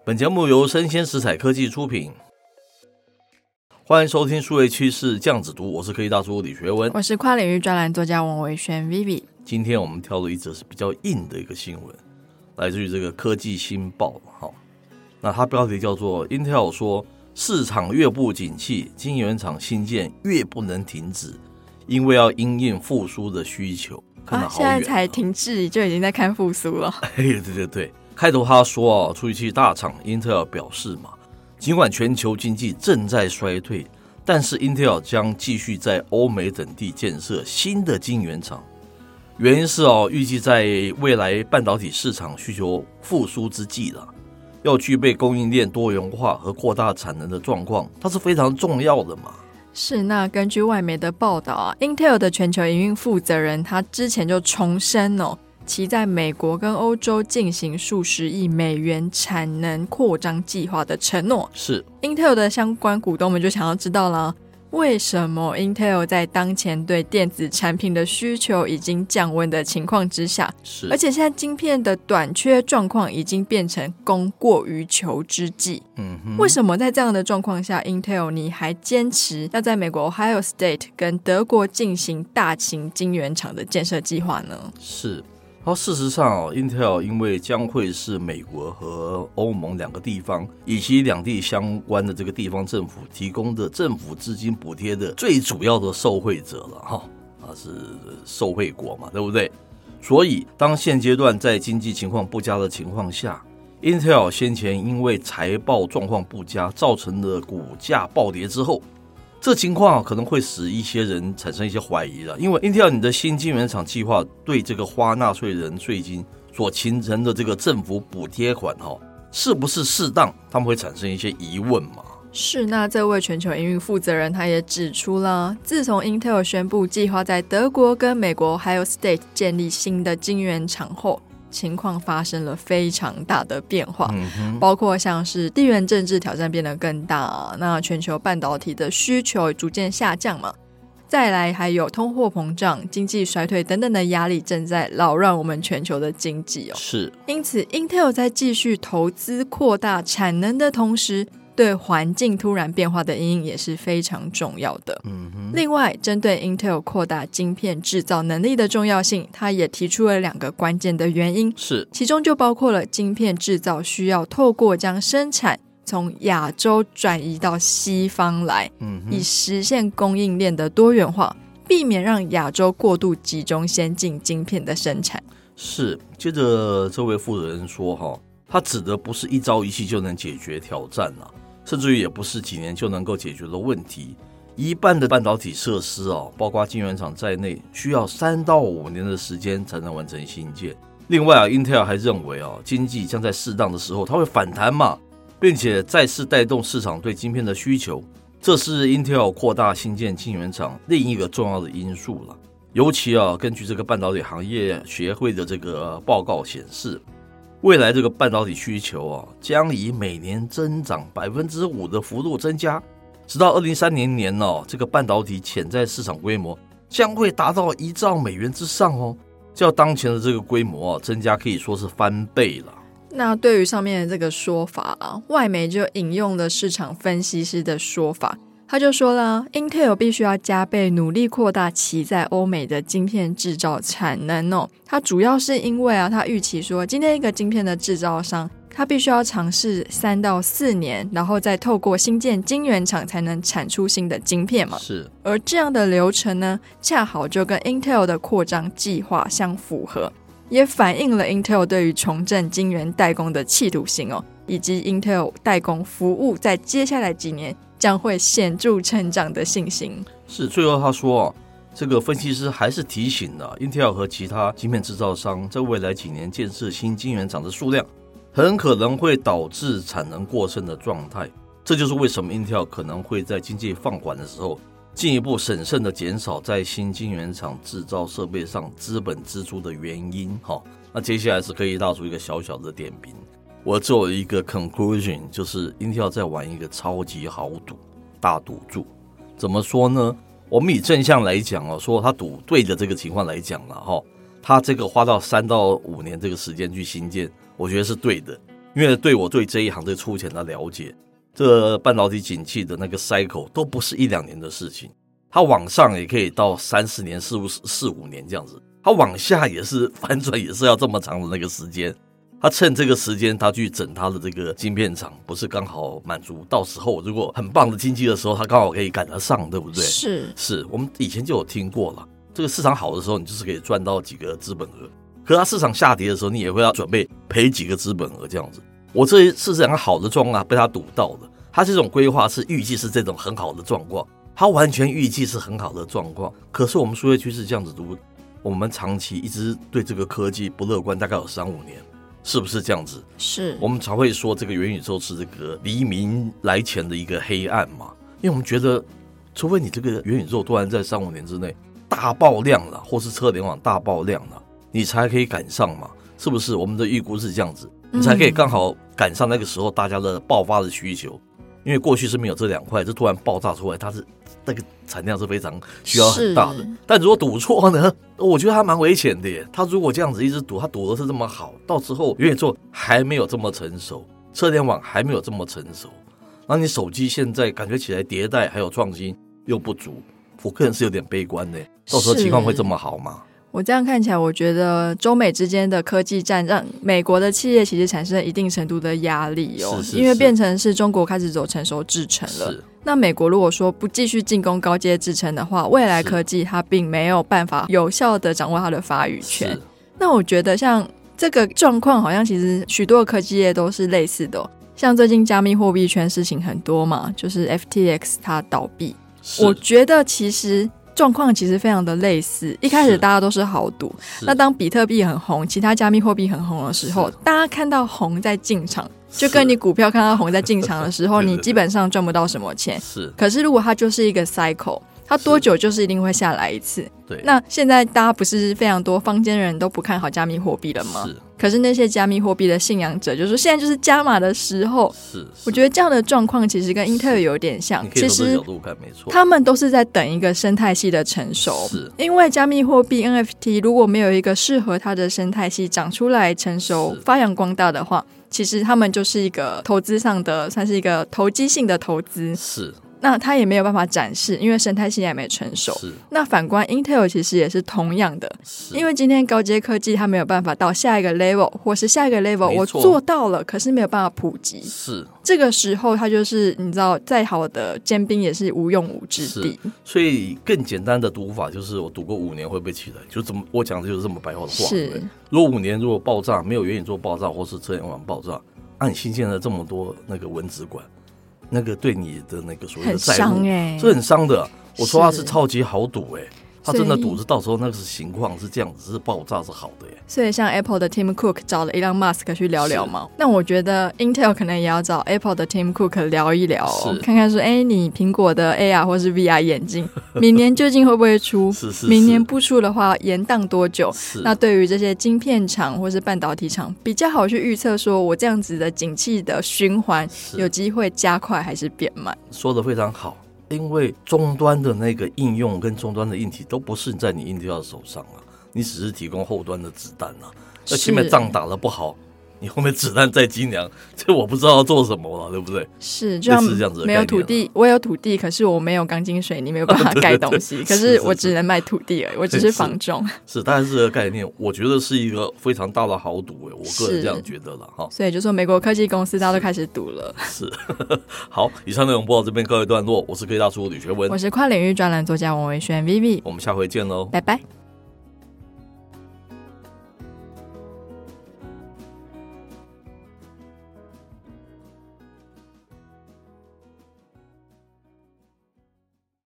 本节目由生鲜食材科技出品，欢迎收听数位趋势酱子读，我是科技大叔李学文， 我是跨领域专栏作家王维轩 Vivi。 今天我们挑了一则是比较硬的一个新闻，来自于这个科技新报。那它标题叫做 Intel 说市场越不景气，晶圆厂新建越不能停止，因为要因应复苏的需求。看得好远， 现在才停滞就已经在看复苏了。 对，开头他说处理器大厂 Intel 表示嘛，尽管全球经济正在衰退，但是 Intel 将继续在欧美等地建设新的晶圆厂。原因是预计在未来半导体市场需求复苏之际要具备供应链多元化和扩大产能的状况，它是非常重要的嘛。 是，那根据外媒的报道Intel 的全球营运负责人他之前就重申其在美国跟欧洲进行数十亿美元产能扩张计划的承诺。 是 Intel 的相关股东们就想要知道了，为什么 Intel 在当前对电子产品的需求已经降温的情况之下，而且现在晶片的短缺状况已经变成供过于求之际，为什么在这样的状况下 Intel 你还坚持要在美国 Ohio State 跟德国进行大型晶圆厂的建设计划呢？ 是，事实上Intel 因为将会是美国和欧盟两个地方以及两地相关的这个地方政府提供的政府资金补贴的最主要的受惠者了是受惠国嘛，对不对？所以当现阶段在经济情况不佳的情况下， Intel 先前因为财报状况不佳造成的股价暴跌之后，这情况可能会使一些人产生一些怀疑了，因为 Intel 你的新晶圆厂计划对这个花纳税人税金所形成的这个政府补贴款是不是适当，他们会产生一些疑问嘛。 是，那这位全球营运负责人他也指出了，自从 Intel 宣布计划在德国跟美国还有 State 建立新的晶圆厂后，情况发生了非常大的变化，包括像是地缘政治挑战变得更大，那全球半导体的需求逐渐下降嘛，再来还有通货膨胀、经济衰退等等的压力正在扰乱我们全球的经济是， 因此 Intel 在继续投资扩大产能的同时，对环境突然变化的因应也是非常重要的。另外，针对 Intel 扩大晶片制造能力的重要性，他也提出了2个关键的原因， 是， 其中就包括了晶片制造需要透过将生产从亚洲转移到西方来，以实现供应链的多元化，避免让亚洲过度集中先进晶片的生产。 是，接着这位负责人说他指的不是一朝一夕就能解决挑战甚至于也不是几年就能够解决的问题。一半的半导体设施包括晶圆厂在内，需要3到5年的时间才能完成新建。另外Intel 还认为经济将在适当的时候它会反弹嘛，并且再次带动市场对晶片的需求，这是 Intel 扩大新建晶圆厂另一个重要的因素了。尤其根据这个半导体行业协会的这个报告显示，未来这个半导体需求将以每年增长 5% 的幅度增加，直到2030年这个半导体潜在市场规模将会达到1兆美元之上较当前的这个规模增加可以说是翻倍了。 那对于上面的这个说法外媒就引用了市场分析师的说法，他就说了 Intel 必须要加倍努力扩大其在欧美的晶片制造产能它主要是因为他预期说今天一个晶片的制造商他必须要尝试3到4年，然后再透过新建晶圆厂才能产出新的晶片嘛。 是， 而这样的流程呢，恰好就跟 Intel 的扩张计划相符合，也反映了 Intel 对于重振晶圆代工的企图心以及 Intel 代工服务在接下来几年将会显著成长的信心。 是，最后他说这个分析师还是提醒了 Intel 和其他晶片制造商在未来几年建设新晶圆厂的数量很可能会导致产能过剩的状态，这就是为什么 Intel 可能会在经济放缓的时候进一步审慎的减少在新晶圆厂制造设备上资本支出的原因那接下来是可以大出一个小小的点评，我只有一个 conclusion， 就是 Intel 在玩一个超级豪赌，大赌注。怎么说呢？我们以正向来讲说他赌对的这个情况来讲他这个花到3到5年这个时间去新建，我觉得是对的。 因为我对这一行最粗浅的了解，这半导体景气的那个 cycle 都不是1-2年的事情，它往上也可以到3-4年、4-5年这样子，它往下也是反转，也是要这么长的那个时间。他趁这个时间，他去整他的这个晶片厂，不是刚好满足到时候如果很棒的经济的时候，他刚好可以赶得上，对不对？是，我们以前就有听过了。这个市场好的时候，你就是可以赚到几个资本额，可是它市场下跌的时候，你也会要准备赔几个资本额这样子。我这市场好的状况被他赌到了，他这种规划是预计是这种很好的状况，他完全预计是很好的状况。可是我们数位趋势这样子读，我们长期一直对这个科技不乐观，大概有3-5年。是不是这样子？ 是我们才会说这个元宇宙是这个黎明来前的一个黑暗嘛？因为我们觉得，除非你这个元宇宙突然在3-5年之内大爆量了，或是车联网大爆量了，你才可以赶上嘛？是不是？我们的预估是这样子，你才可以刚好赶上那个时候大家的爆发的需求。因为过去是没有这2块，这突然爆炸出来，它是那个产量是非常需要很大的。但如果赌错呢，我觉得它蛮危险的耶。他如果这样子一直赌，他赌的是这么好，到时候元宇宙还没有这么成熟，车联网还没有这么成熟，那你手机现在感觉起来迭代还有创新又不足，我个人是有点悲观的。到时候情况会这么好吗？ 我这样看起来，我觉得中美之间的科技战让美国的企业其实产生了一定程度的压力哦，因为变成是中国开始走成熟制程了。那美国如果说不继续进攻高阶制程的话，未来科技它并没有办法有效的掌握它的话语权。那我觉得像这个状况，好像其实许多的科技业都是类似的哦。像最近加密货币圈事情很多嘛，就是 FTX 它倒闭，我觉得其实状况其实非常的类似，一开始大家都是豪赌，那当比特币很红，其他加密货币很红的时候，大家看到红在进场，就跟你股票看到红在进场的时候，你基本上赚不到什么钱。可是如果它就是一个 cycle， 它多久就是一定会下来一次。对，那现在大家不是非常多坊间人都不看好加密货币了吗？可是那些加密货币的信仰者就说现在就是加码的时候。我觉得这样的状况其实跟英特尔有点像，其实他们都是在等一个生态系的成熟。因为加密货币 NFT 如果没有一个适合它的生态系长出来成熟发扬光大的话，其实他们就是一个投资上的算是一个投机性的投资。那它也没有办法展示，因为生态系还没成熟。那反观 Intel 其实也是同样的，因为今天高阶科技它没有办法到下一个 level， 或是下一个 level 我做到了，可是没有办法普及。这个时候它就是你知道再好的尖兵也是无用武之地。所以更简单的读法就是我读过5年会不会起来，就这么我讲的就是这么白话的话。如果5年如果爆炸，没有元宇宙爆炸或是车联网爆炸，那你新建了这么多那个文资管，那个对你的那个所谓的债务是很伤的。我说他是超级好赌他真的赌是到时候那个情况是这样子，是爆炸是好的所以像 Apple 的 Tim Cook 找了 Elon Musk 去聊聊嘛，那我觉得 Intel 可能也要找 Apple 的 Tim Cook 聊一聊看看说你苹果的 AR 或是 VR 眼镜明年究竟会不会出明年不出的话延宕多久，那对于这些晶片厂或是半导体厂比较好去预测说我这样子的景气的循环有机会加快还是变慢。 说得非常好，因为终端的那个应用跟终端的硬体都不是在你 Intel 的手上你只是提供后端的子弹那前面仗打得不好，你后面子弹再精良，这我不知道要做什么了，对不对？ 是，就像没有土地，我有土地，可是我没有钢筋水泥，没有办法盖东西，可是我只能卖土地而已，我只是房仲。 是，大概是这个概念，我觉得是一个非常大的豪赌我个人这样觉得了所以就说美国科技公司大家都开始赌了。 是，好，以上内容播到这边告一段落，我是科技大叔吕学文， 我是跨领域专栏作家王维轩 Vivi， 我们下回见喽， 拜拜。